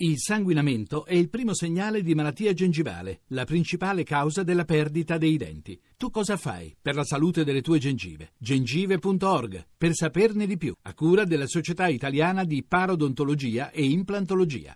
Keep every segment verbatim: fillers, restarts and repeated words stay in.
Il sanguinamento è il primo segnale di malattia gengivale, la principale causa della perdita dei denti. Tu cosa fai per la salute delle tue gengive? gengive punto org, per saperne di più, a cura della Società Italiana di Parodontologia e Implantologia.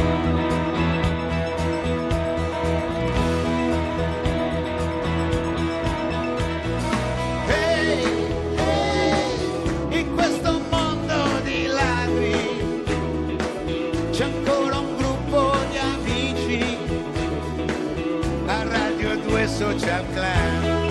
Social Club.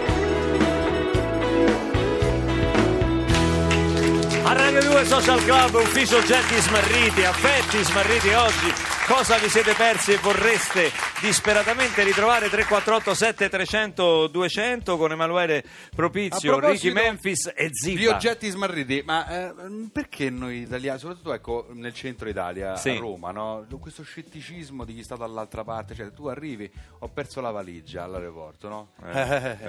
A Radio due Social Club, ufficio oggetti smarriti, affetti smarriti. Oggi cosa vi siete persi e vorreste disperatamente ritrovare? Tre quattro otto sette trecento duecento con Emanuele Propizio, Ricky Memphis e Zibba. Gli oggetti smarriti, ma eh, perché noi italiani, soprattutto ecco nel centro Italia, sì, a Roma, no? Questo scetticismo di chi sta dall'altra parte, cioè tu arrivi, ho perso la valigia all'aeroporto, no? Eh,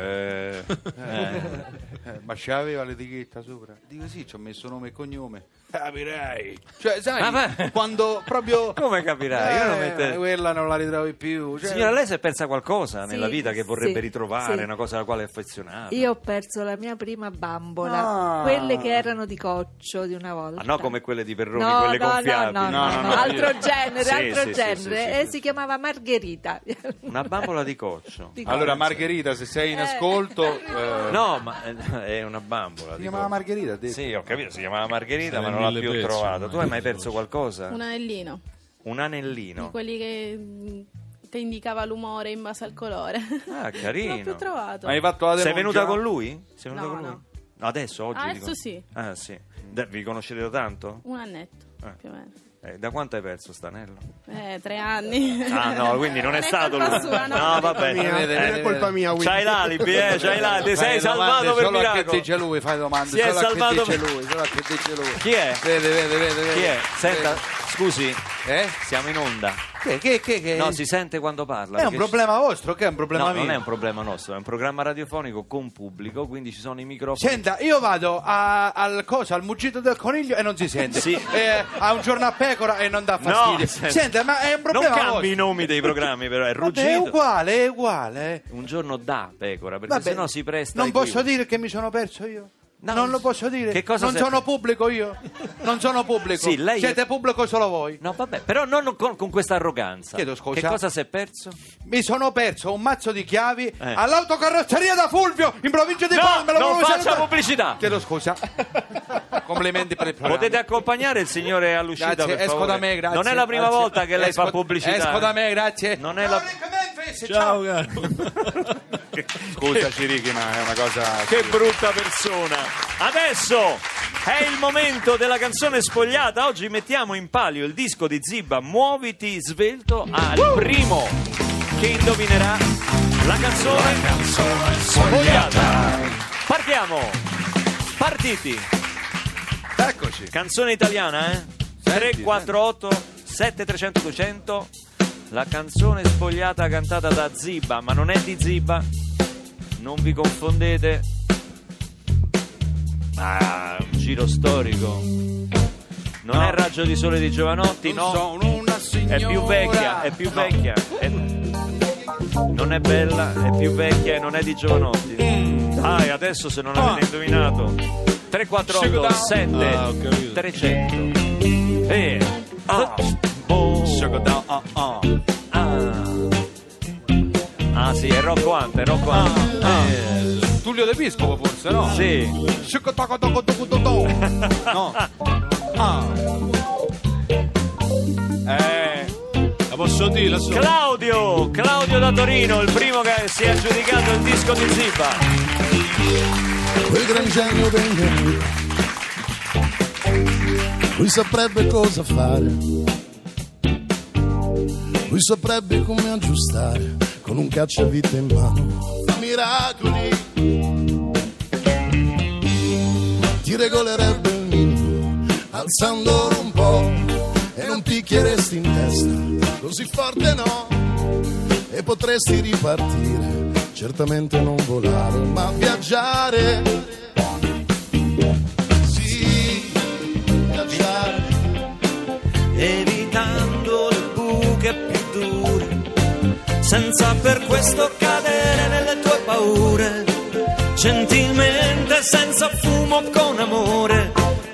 eh, eh, eh, ma ce l'aveva l'etichetta sopra? Dico sì, ci ho messo nome e cognome. Capirei. Cioè, sai, quando proprio... Come capirai? Eh, Io non mette... quella non la ritrovi più. Cioè... Signora, lei si è persa qualcosa sì, nella vita che vorrebbe sì, ritrovare, sì. Una cosa alla quale è affezionata? Io ho perso la mia prima bambola, ah. quelle che erano di coccio di una volta. Ah, no, come quelle di Perroni, no, quelle no, gonfiabili. No, no, no, no, no, no. altro genere, sì, altro sì, genere. Sì, sì, sì, e sì. Si chiamava Margherita. Una bambola di coccio. Di allora, coccio. Margherita, se sei in ascolto... Eh... No, ma è una bambola. Si chiamava Margherita? Sì, ho capito, si chiamava Margherita, sì, ma non l'ha più pezzi, trovata. Tu hai mai perso qualcosa? Un anellino. Un anellino? Di quelli che... che indicava l'umore in base al colore. Ah, carino. Non l'ho più trovato. Hai fatto la Sei venuta con lui? Sei venuta no, con lui? no. No, adesso, oggi? Adesso dico... sì. Ah, sì. Da, vi conoscete da tanto? Un annetto, eh. più o meno. Eh, da quanto hai perso stanello? Eh, tre anni. Ah, no, quindi non, non è, è stato lui. Sua, no, no vabbè. Mia, eh, non è colpa mia. C'hai l'alibi, eh, c'hai l'alibi. Ti sei salvato per solo miracolo. Solo a che dice lui, fai domande. Si è solo salvato a che dice lui, solo a che dice lui. Chi è? Vede, vede, vede, vede. Chi è? Senta, vede. Scusi, eh? Siamo in onda. Che, che, che, che? No, si sente quando parla. È un problema ci... vostro, che è un problema no, mio? Non è un problema nostro, è un programma radiofonico con pubblico, quindi ci sono i microfoni. Senta, io vado a, al cosa, al muggito del coniglio e non si sente. Sì. Eh, a un giorno a pecora e non dà fastidio. No, senta. senta, ma è un problema non cambi vostro. I nomi dei programmi, però è ruggito. Vabbè, è uguale, è uguale. Un giorno da pecora, perché Vabbè, sennò si presta. Non equivoco. posso dire che mi sono perso io. No, non lo posso dire. Che cosa non sei... sono pubblico io. Non sono pubblico. Sì, lei Siete è... pubblico solo voi. No, vabbè, però non con, con questa arroganza. Chiedo scusa. Che cosa si è perso? Mi sono perso un mazzo di chiavi eh. all'autocarrozzeria da Fulvio in provincia di no, Parma. Non faccia pubblicità. Chiedo scusa. Complimenti per il programma. Potete accompagnare il signore all'uscita, grazie, per esco favore. da me, grazie. Non è la prima grazie. volta che lei esco, fa pubblicità. Esco da me, grazie. Non è la... Ciao, caro. Scusaci Ricky, ma è una cosa... Che brutta persona. Adesso è il momento della canzone spogliata. Oggi mettiamo in palio il disco di Zibba, Muoviti svelto, al primo che indovinerà la canzone, la canzone spogliata. Partiamo. Partiti. Eccoci. Canzone italiana, eh? tre quattro otto sette trecento duecento. La canzone spogliata cantata da Zibba, ma non è di Zibba. Non vi confondete. Ah, un giro storico. Non no. È Raggio di Sole di Giovanotti, no. Sono una signora. È più vecchia, è più vecchia. È... Non è bella, è più vecchia e non è di Giovanotti. Mm. Dai, adesso se non avete indovinato. tre quattro otto sette trecento. E ah, boh. Ah, ah. Ah. Ah sì, è Rocco Hunt, è Rocco Hunt. Ah. Eh. Tullio De Piscopo forse, no? Sì. No. Ah. Eh. La posso dire? La so. Claudio, Claudio da Torino, il primo che si è aggiudicato il disco di Zibba. Quel gran genio benvenuto, lui saprebbe cosa fare, lui saprebbe come aggiustare con un cacciavite in mano, fa miracoli, ti regolerebbe il minimo alzandolo un po' e non picchieresti in testa così forte, no, e potresti ripartire, certamente non volare ma viaggiare, sì, viaggiare, evitando senza per questo cadere nelle tue paure, gentilmente, senza fumo, con amore,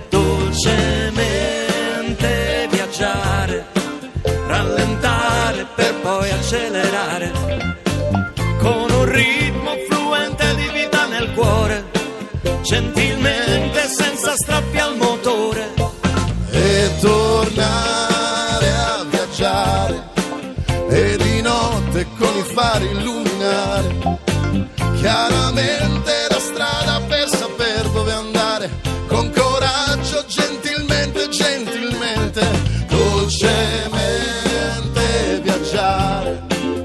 dolcemente viaggiare, rallentare per poi accelerare, con un ritmo fluente di vita nel cuore, gentilmente, senza strappi al motore, e tornare a viaggiare e di notte con i fari illuminare chiaramente la strada per saper dove andare, con coraggio, gentilmente, gentilmente, dolcemente viaggiare.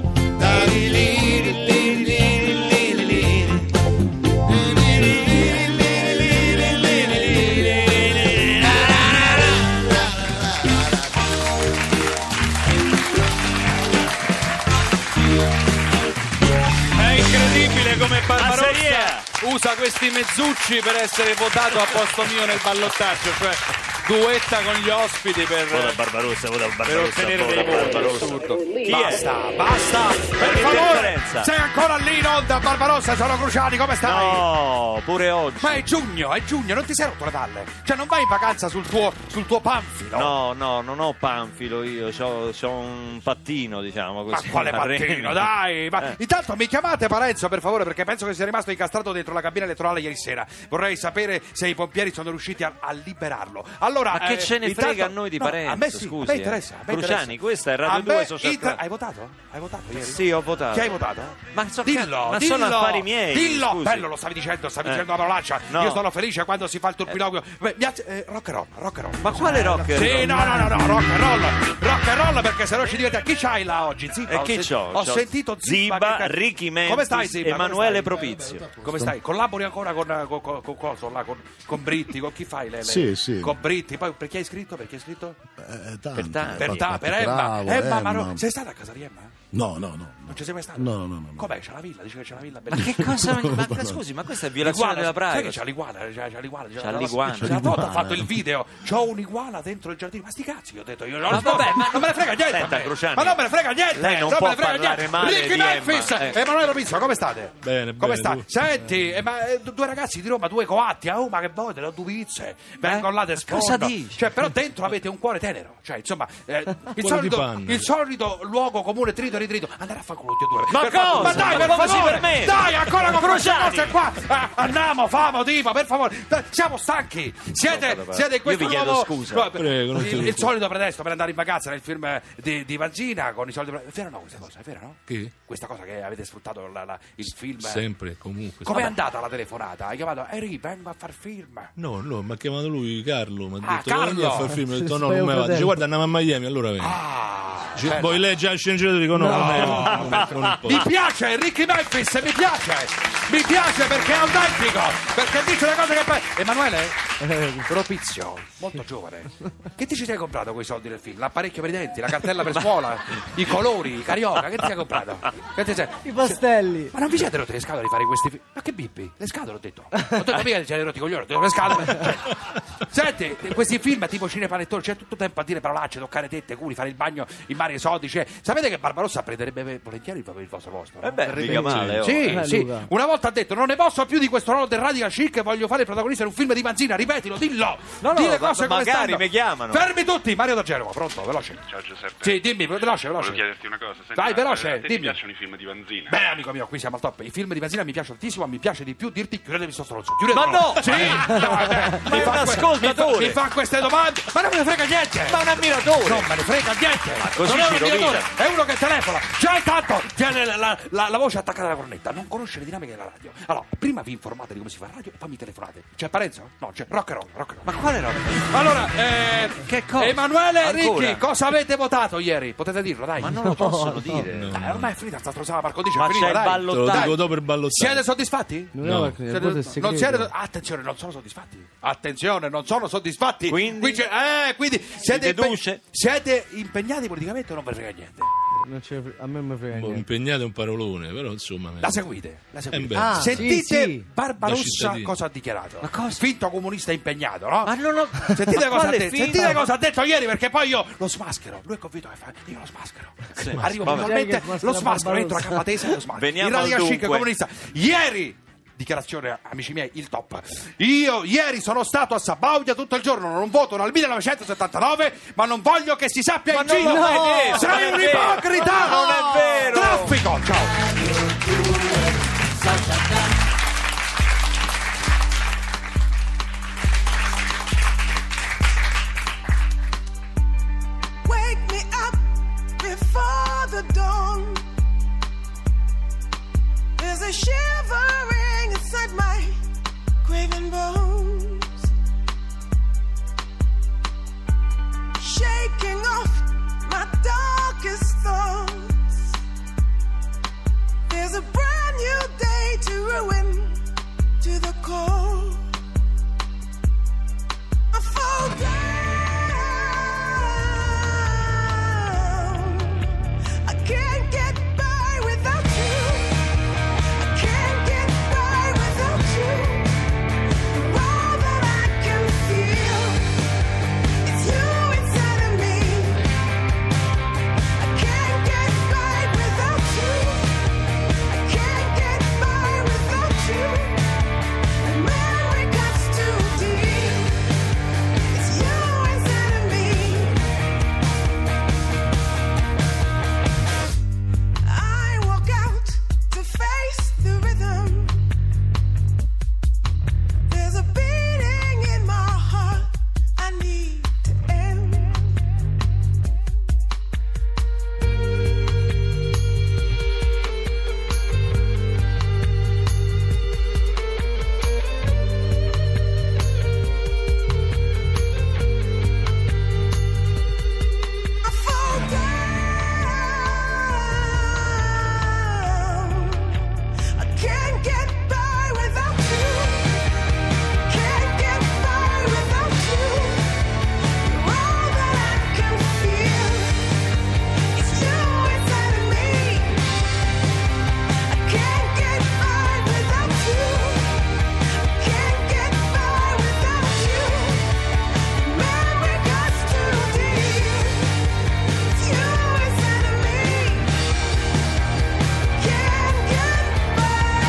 Come Barbarossa usa questi mezzucci per essere votato a posto mio nel ballottaggio, cioè duetta con gli ospiti per, vota Barbarossa, vota per Barbarossa, ottenere vota dei voti. Barbarossa. Assurdo. Chi Basta, è? basta, per Che favore, differenza? sei ancora lì in onda, Barbarossa, sono Cruciani, come stai? No, pure oggi. Ma è giugno, è giugno, non ti sei rotto le palle? Cioè non vai in vacanza sul tuo, sul tuo panfilo? No, no, non ho panfilo io, c'ho, c'ho un pattino, diciamo Ma così. quale a Reno. mattino, dai! Ma Eh. intanto mi chiamate Parenzo, per favore, perché penso che sia rimasto incastrato dentro la cabina elettorale ieri sera. Vorrei sapere se i pompieri sono riusciti a, a liberarlo. Allora, Ma che eh, ce ne intanto- frega a noi di no, Parenzo, a me sì, scusi, a me eh. interessa. A me Cruciani, interessa. questa è Radio A due me Social inter- Club. Hai votato? Hai votato ieri? Sì, ho votato. Chi hai votato? Ma so- dillo, ma dillo, sono affari miei, Dillo, scusi. bello, lo stavi dicendo, stavi Eh. dicendo una parolaccia. No. Io sono felice quando si fa il turpiloquio. Beh, mi ha- eh, rock and roll, rock and roll. Ma quale rock and Sì, roll? no, no, no, no, rock and roll. Rock and roll perché se no ci diventa. Chi c'hai là oggi? Zibba? E Ho chi sen- c'ho? Ho C'ho sentito Zibba. Zibba, che- Ricky Memphis, Come stai Zibba? Come Emanuele stai? Propizio. Come stai? Collabori ancora con, con, con, con, coso, là, con, con Britti? Con chi fai lei? Sì, sì. Con Britti. Poi per chi hai scritto? Per chi hai scritto? Eh, tanti, Per tanti. Per, fatto- ta, fatto per Emma. bravo, Emma, ma Emma. no, sei stata a casa di Emma? No, no, no. Non ci sei mai stato? No, no, no, no. Com'è? C'è la villa? Dice che c'è la villa Ma che cosa? Ma, ma scusi, ma questa è violazione della Sai che privacy. c'ha l'iguana, c'ha, c'ha l'iguana, c'ha, C'ha la- l'iguana. c'ha- Una volta ho fatto il video, c'ho un'iguana dentro il giardino. Ma sti cazzi, io ho detto io non, Ma lo so, vabbè, ma- non me ne frega niente. Senta, a me. Cruciani, ma non me ne frega niente. lei non me può ne frega parlare niente. male Ricky di Memphis, Emma, eh. Emanuele Robizzo, come state? Bene, Come bene, sta? tu? Senti, eh, ma eh, due ragazzi di Roma, due coatti, ah, oh, ma che voi, delle due pizze, vengono là, te cosa sfondo. dici? Cioè, però dentro avete un cuore tenero. Cioè, insomma, eh, il, di solito, panna. il solito luogo comune trito e ritrito. Andare a fanculo tutti e due. Ma Per favore. cosa? Ma dai, Ma per come si favore. permette? Dai, ancora con queste Cruciani. cose qua. Ah, andiamo, famo, tipo, per favore. Dai, siamo stanchi. Siete, siete in questo Io vi chiedo nuovo... scusa. no, Prego, non ti il, il preoccupare. solito pretesto per andare in vacanza nel film di, di Vanzina con i soliti... È vero o no questa cosa? È vero, no? Chi? Questa cosa che avete sfruttato la- la- il film... Sempre, comunque. Com'è Vabbè. andata la telefonata? Hai chiamato, Eri, vengo a far film. No, no, mi ha chiamato lui, Carlo. Mi ha Ah, detto, Carlo! vieni a fare il film. Ho detto, no, Fai non un me va. Dice, fratello. guarda, andiamo a Miami, allora vieni. Ah, Dice, bello. poi lei già il sceneggiatore dico, no, non è. Non può. Mi piace Ricky Memphis, mi piace, mi piace perché è autentico, perché dice le cose che poi... Emanuele? Propizio, molto giovane. Che ti ci sei comprato con i soldi del film? L'apparecchio per i denti, la cartella per scuola, i colori, i carioca, che ti sei comprato? Che ti sei... I pastelli. Ma non vi siete rotti le scatole di fare questi film? Ma che bippi? Le scatole ho detto. Ho detto mica che siete rotti i coglioni, ho detto le scatole. Cioè, senti, questi film tipo cinepanettone, c'è tutto il tempo a dire parolacce, toccare tette, culi, fare il bagno in mare esotici. Cioè, sapete che Barbarossa prenderebbe volentieri il il vostro posto? No? Eh beh, mica male, oh. Sì, Eh, sì. Luca. Una volta ha detto: non ne posso più di questo ruolo del radical chic e voglio fare il protagonista in un film di Manzina. Ripetilo, dillo. No, no, Dì le ma- cose come magari stanno. mi chiamano. Fermi tutti, Mario da Genova, pronto, veloce. Ciao Giuseppe. Sì, dimmi, veloce, veloce. Volevo chiederti una cosa. Senti, Vai, ma, veloce, a te dimmi. ti piacciono i film di Vanzina? Beh, amico mio, qui siamo al top. I film di Vanzina mi piacciono tantissimo, ma mi piace di più dirti chiudetevi sto stronzo. Ma Chiudetelo. no! Sì! No, eh, Ma è un ascoltatore. Mi fa, mi fa queste domande, ma non me ne frega niente! Ma un ammiratore. Non me ne frega niente! così non è un ci rovina. ammiratore, è uno che telefona. Già intanto tiene la, la, la, la voce attaccata alla cornetta, non conosce le dinamiche della radio. Allora, prima vi informate di come si fa radio e poi mi telefonate. C'è Parenzo? No, c'è rock and roll, rock and roll. Ma quale roba? Allora, eh, Che cosa? Emanuele Ancora? Ricchi, cosa avete votato ieri? Potete dirlo, dai. Ma non lo possono dire. Dai, ormai è finita sta stronzata, Marco dice, Ma è finita, c'è il dai. Te lo ballottaggio. dico dopo per ballottare. Siete soddisfatti? Non è una- Siete- cosa è segreto. non siete, attenzione, non sono soddisfatti. Attenzione, non sono soddisfatti. Quindi? Qui c'è- eh, quindi siete, deduce? siete impegnati politicamente o non ve ne frega niente? non c'è, a me non mi frega Boh, niente. impegnato è un parolone, però insomma. La seguite? La Eh seguite? beh, Ah, Sentite sì, sì. Da Barbarossa cittadino. cosa ha dichiarato. Ma cosa? Finto comunista impegnato, no? Ma non ho... Sentite, Ma cosa ha, quale detto, finto? sentite cosa ha detto ieri, perché poi io lo smaschero. Lui è convinto che fa, io lo smaschero. Arrivo vabbè. puntualmente, Sai che smaschera lo smaschero, entro a Barbarossa. Capatese e lo smaschero. Veniamo Il radical al chic dunque. comunista. Ieri, dichiarazione, amici miei, il top. Io ieri sono stato a Sabaudia tutto il giorno, non voto dal millenovecentosettantanove, ma non voglio che si sappia Ma in non giro. l'ho mai detto, Sei non un è vero. ipocrita! Ma non è vero. Traffico, ciao. Wake me up before the dawn. There's a shivering inside my craven bones, shaking off my darkest thoughts. There's a brand new day to ruin to the core. I fall down. I can't get by without you. I can't get by without you. You're all that I can feel. It's you inside of me. I can't get by without you. I can't get by without you. The memory cuts too deep. It's you inside of me. I walk out to face the rhythm. There's a beating in my heart I need to end. I fall down. I can't get by without you. Can't get by without you. You're all that I can feel. It's you inside of me. I can't get by without you. Can't get by without you. Memory cuts too deep. It's you inside of me. Can't get by.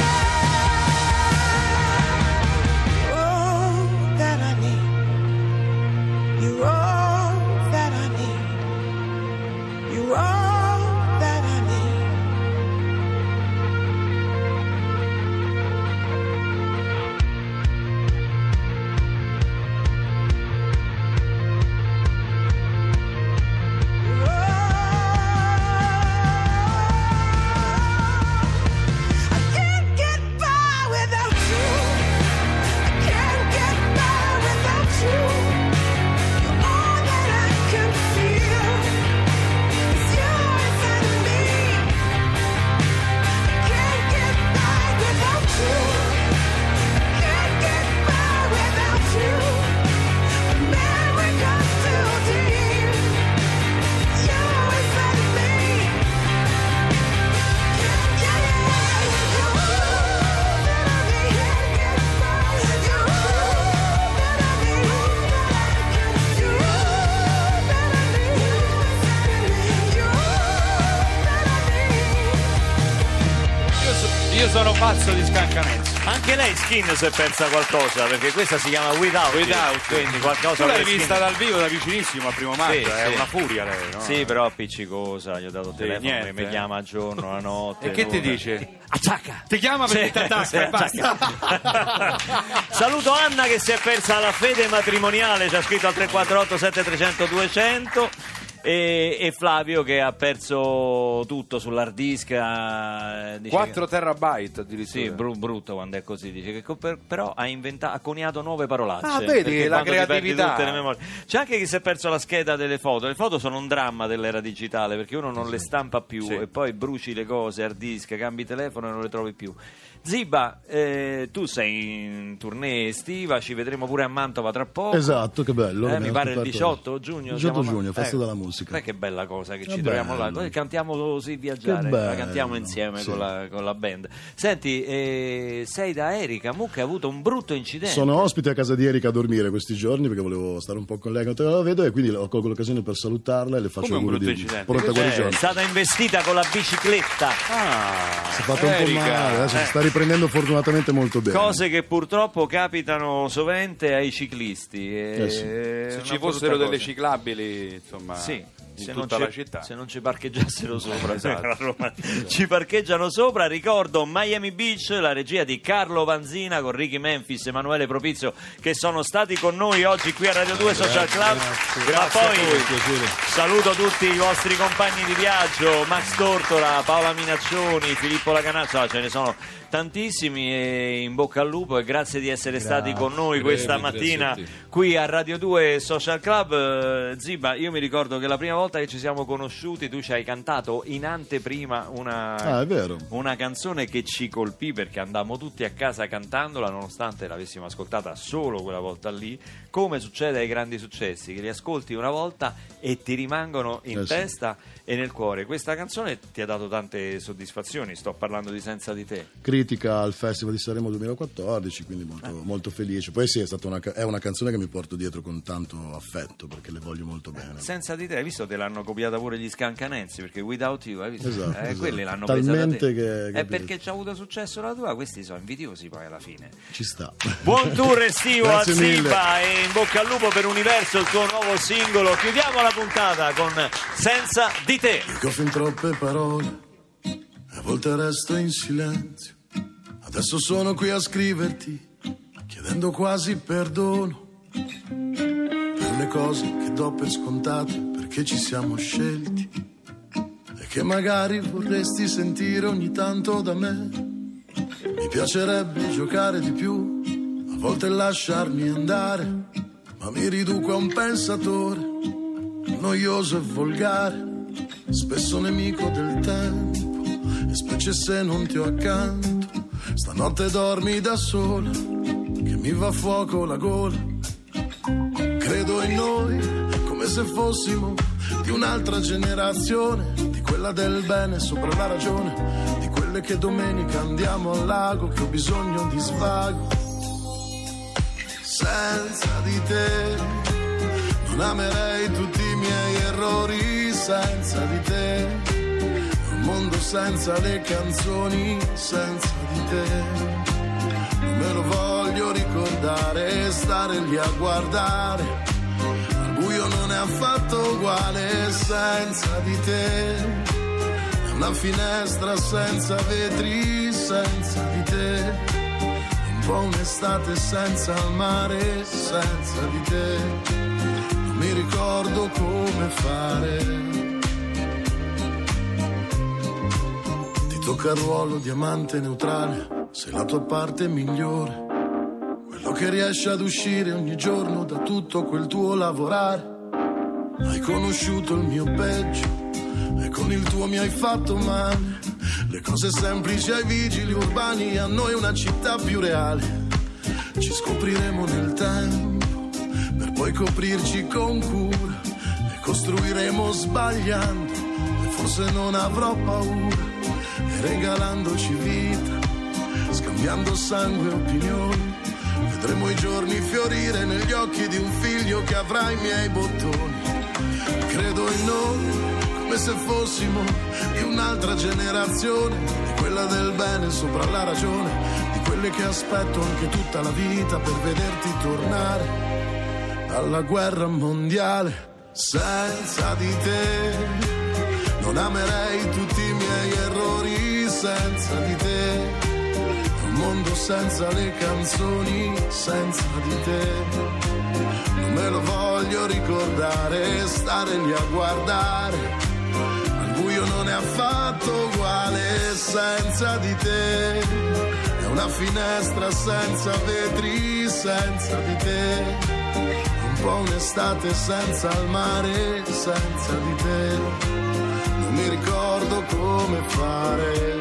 You're all that I need. You're all that I need. You're all that I need. I can't get by without you. I can't get by without you. You're all that I can feel. It's you inside of me. I can't get by without you. I can't get by without you. The memory comes too deep. It's you inside of me. Io sono pazzo di Scancanezzo. Anche lei Skin si è persa qualcosa, perché questa si chiama Without, Without. quindi qualcosa Tu l'hai per Skin. vista dal vivo da vicinissimo al primo maggio, Sì, è sì. una furia lei, no? Sì, però appiccicosa, gli ho dato il Sì, telefono, niente, mi eh. chiama a giorno, a notte. E che ti nulla. dice? Attacca! Ti chiama per Sì, mettere a tasca sì, e basta. Saluto Anna che si è persa la fede matrimoniale, ci ha scritto al tre quattro otto sette tre zero zero due zero zero. E, e Flavio che ha perso tutto sull'hard disk, eh, dice quattro che- terabyte addirittura. sì, bru- brutto quando è così, dice che co- per- però ha inventato, ha coniato nuove parolacce. Ah, vedi, perché la quando ti perdi creatività. tutte le memorie. C'è anche chi si è perso la scheda delle foto. Le foto sono un dramma dell'era digitale perché uno non le stampa più Sì. e poi bruci le cose, hard disk, cambi telefono e non le trovi più. Ziba, eh, tu sei in tournée estiva, ci vedremo pure a Mantova tra poco. Esatto, che bello. Eh, abbiamo mi pare il scoperto diciotto adesso. giugno. diciotto siamo a- giugno, festa eh, della musica. musica. Beh, che bella cosa che Che ci troviamo là. bello. Noi cantiamo così viaggiare, Che la cantiamo bello, insieme sì. con, la, con la band. Senti, eh, sei da Erika Mucca, hai avuto un brutto incidente. Sono ospite a casa di Erika a dormire questi giorni perché volevo stare un po' con lei, non te la vedo, e quindi ho colgo l'occasione per salutarla e le faccio Come un auguri brutto di incidente? pronta Eh, guarigione. è stata investita con la bicicletta. Ah, Si è fatto un po' Erika. male, adesso si sta riprendendo fortunatamente molto bene. Cose che purtroppo capitano sovente ai ciclisti. E Eh sì. è Se una ci brutta fossero delle cosa. ciclabili, insomma, Sì, in se non, tutta ci, la città. se non ci parcheggiassero sopra, Esatto. a Roma. Ci parcheggiano sopra. Ricordo Miami Beach, la regia di Carlo Vanzina con Ricky Memphis, Emanuele Propizio, che sono stati con noi oggi qui a Radio due Social Club. Ma poi saluto tutti i vostri compagni di viaggio, Max Tortora, Paola Minaccioni, Filippo Lacanazzo, ah, ce ne sono tantissimi, e in bocca al lupo, e grazie di essere stati con noi questa Prego, mattina grazie a te. qui a Radio due Social Club. Eh, Ziba, io mi ricordo che la prima volta che ci siamo conosciuti tu ci hai cantato in anteprima una, Ah, è vero. una canzone che ci colpì, perché andammo tutti a casa cantandola nonostante l'avessimo ascoltata solo quella volta lì, come succede ai grandi successi, che li ascolti una volta e ti rimangono in Eh sì. testa e nel cuore. Questa canzone ti ha dato tante soddisfazioni, sto parlando di Senza di te. Critica al Festival di Sanremo duemilaquattordici, quindi molto, Ah. molto felice. Poi sì, è stata una, ca- è una canzone che mi porto dietro con tanto affetto perché le voglio molto bene. Senza di te, hai visto, te l'hanno copiata pure gli Scancanensi, perché Without You, hai visto? Esatto, eh, esatto. quelli l'hanno presa da Talmente te. che- È capito. perché c'ha avuto successo la tua, questi sono invidiosi poi alla fine. Ci sta. Buon tour estivo a Grazie mille. Ziba e in bocca al lupo per Universo, il tuo nuovo singolo. Chiudiamo la puntata con Senza di te. Dico fin troppe parole e a volte resto in silenzio. Adesso sono qui a scriverti, chiedendo quasi perdono per le cose che do per scontate, perché ci siamo scelti e che magari vorresti sentire ogni tanto da me. Mi piacerebbe giocare di più, a volte lasciarmi andare, ma mi riduco a un pensatore noioso e volgare, spesso nemico del tempo, e specie se non ti ho accanto. Stanotte dormi da sola, che mi va a fuoco la gola. Credo in noi, come se fossimo di un'altra generazione, di quella del bene sopra la ragione, di quelle che domenica andiamo al lago, che ho bisogno di svago. Senza di te non amerei tutti i miei errori, senza di te un mondo senza le canzoni, senza di te non me lo voglio ricordare, stare lì a guardare, al buio non è affatto uguale, senza di te è una finestra senza vetri, senza di te un po' un'estate senza il mare, senza di te non mi ricordo come fare. Tocca il ruolo di amante neutrale, sei la tua parte migliore, quello che riesce ad uscire ogni giorno da tutto quel tuo lavorare. Hai conosciuto il mio peggio e con il tuo mi hai fatto male, le cose semplici ai vigili urbani, a noi una città più reale. Ci scopriremo nel tempo per poi coprirci con cura e costruiremo sbagliando, e forse non avrò paura, e regalandoci vita, scambiando sangue e opinioni, vedremo i giorni fiorire negli occhi di un figlio che avrà i miei bottoni. Credo in noi, come se fossimo di un'altra generazione, di quella del bene sopra la ragione, di quelle che aspetto anche tutta la vita per vederti tornare dalla guerra mondiale. Senza di te non amerei tutti i miei errori, senza di te un mondo senza le canzoni, senza di te non me lo voglio ricordare, stare lì a guardare, al buio non è affatto uguale, senza di te è una finestra senza vetri, senza di te un po' un'estate senza il mare, senza di te non mi ricordo come fare.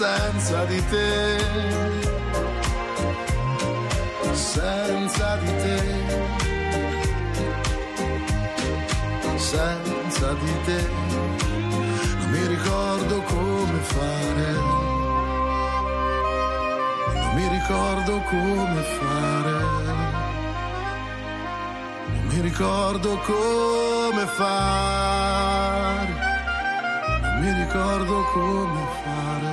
Senza di te, senza di te di te, non mi ricordo come fare, non mi ricordo come fare, non mi ricordo come fare, non mi ricordo come fare.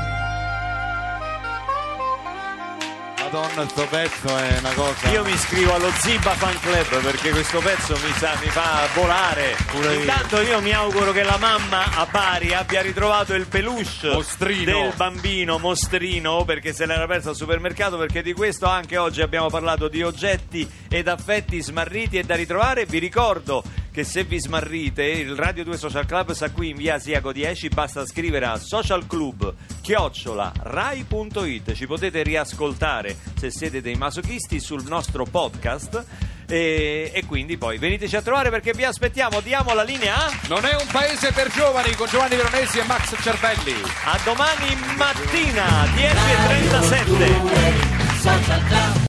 Madonna, sto pezzo è una cosa. Io mi iscrivo allo Zibba Fan Club perché questo pezzo mi, sa, mi fa volare. Intanto io mi auguro che la mamma a Bari abbia ritrovato il peluche Mostrino. del bambino mostrino, perché se l'era perso al supermercato, perché di questo anche oggi abbiamo parlato, di oggetti ed affetti smarriti e da ritrovare. Vi ricordo che se vi smarrite il Radio due Social Club sta qui in via Asiago dieci, basta scrivere a socialclub chiocciola rai punto it, ci potete riascoltare se siete dei masochisti sul nostro podcast e, e quindi poi veniteci a trovare perché vi aspettiamo. Diamo la linea a... Non è un paese per giovani con Giovanni Veronesi e Max Cervelli. a domani mattina dieci e trentasette.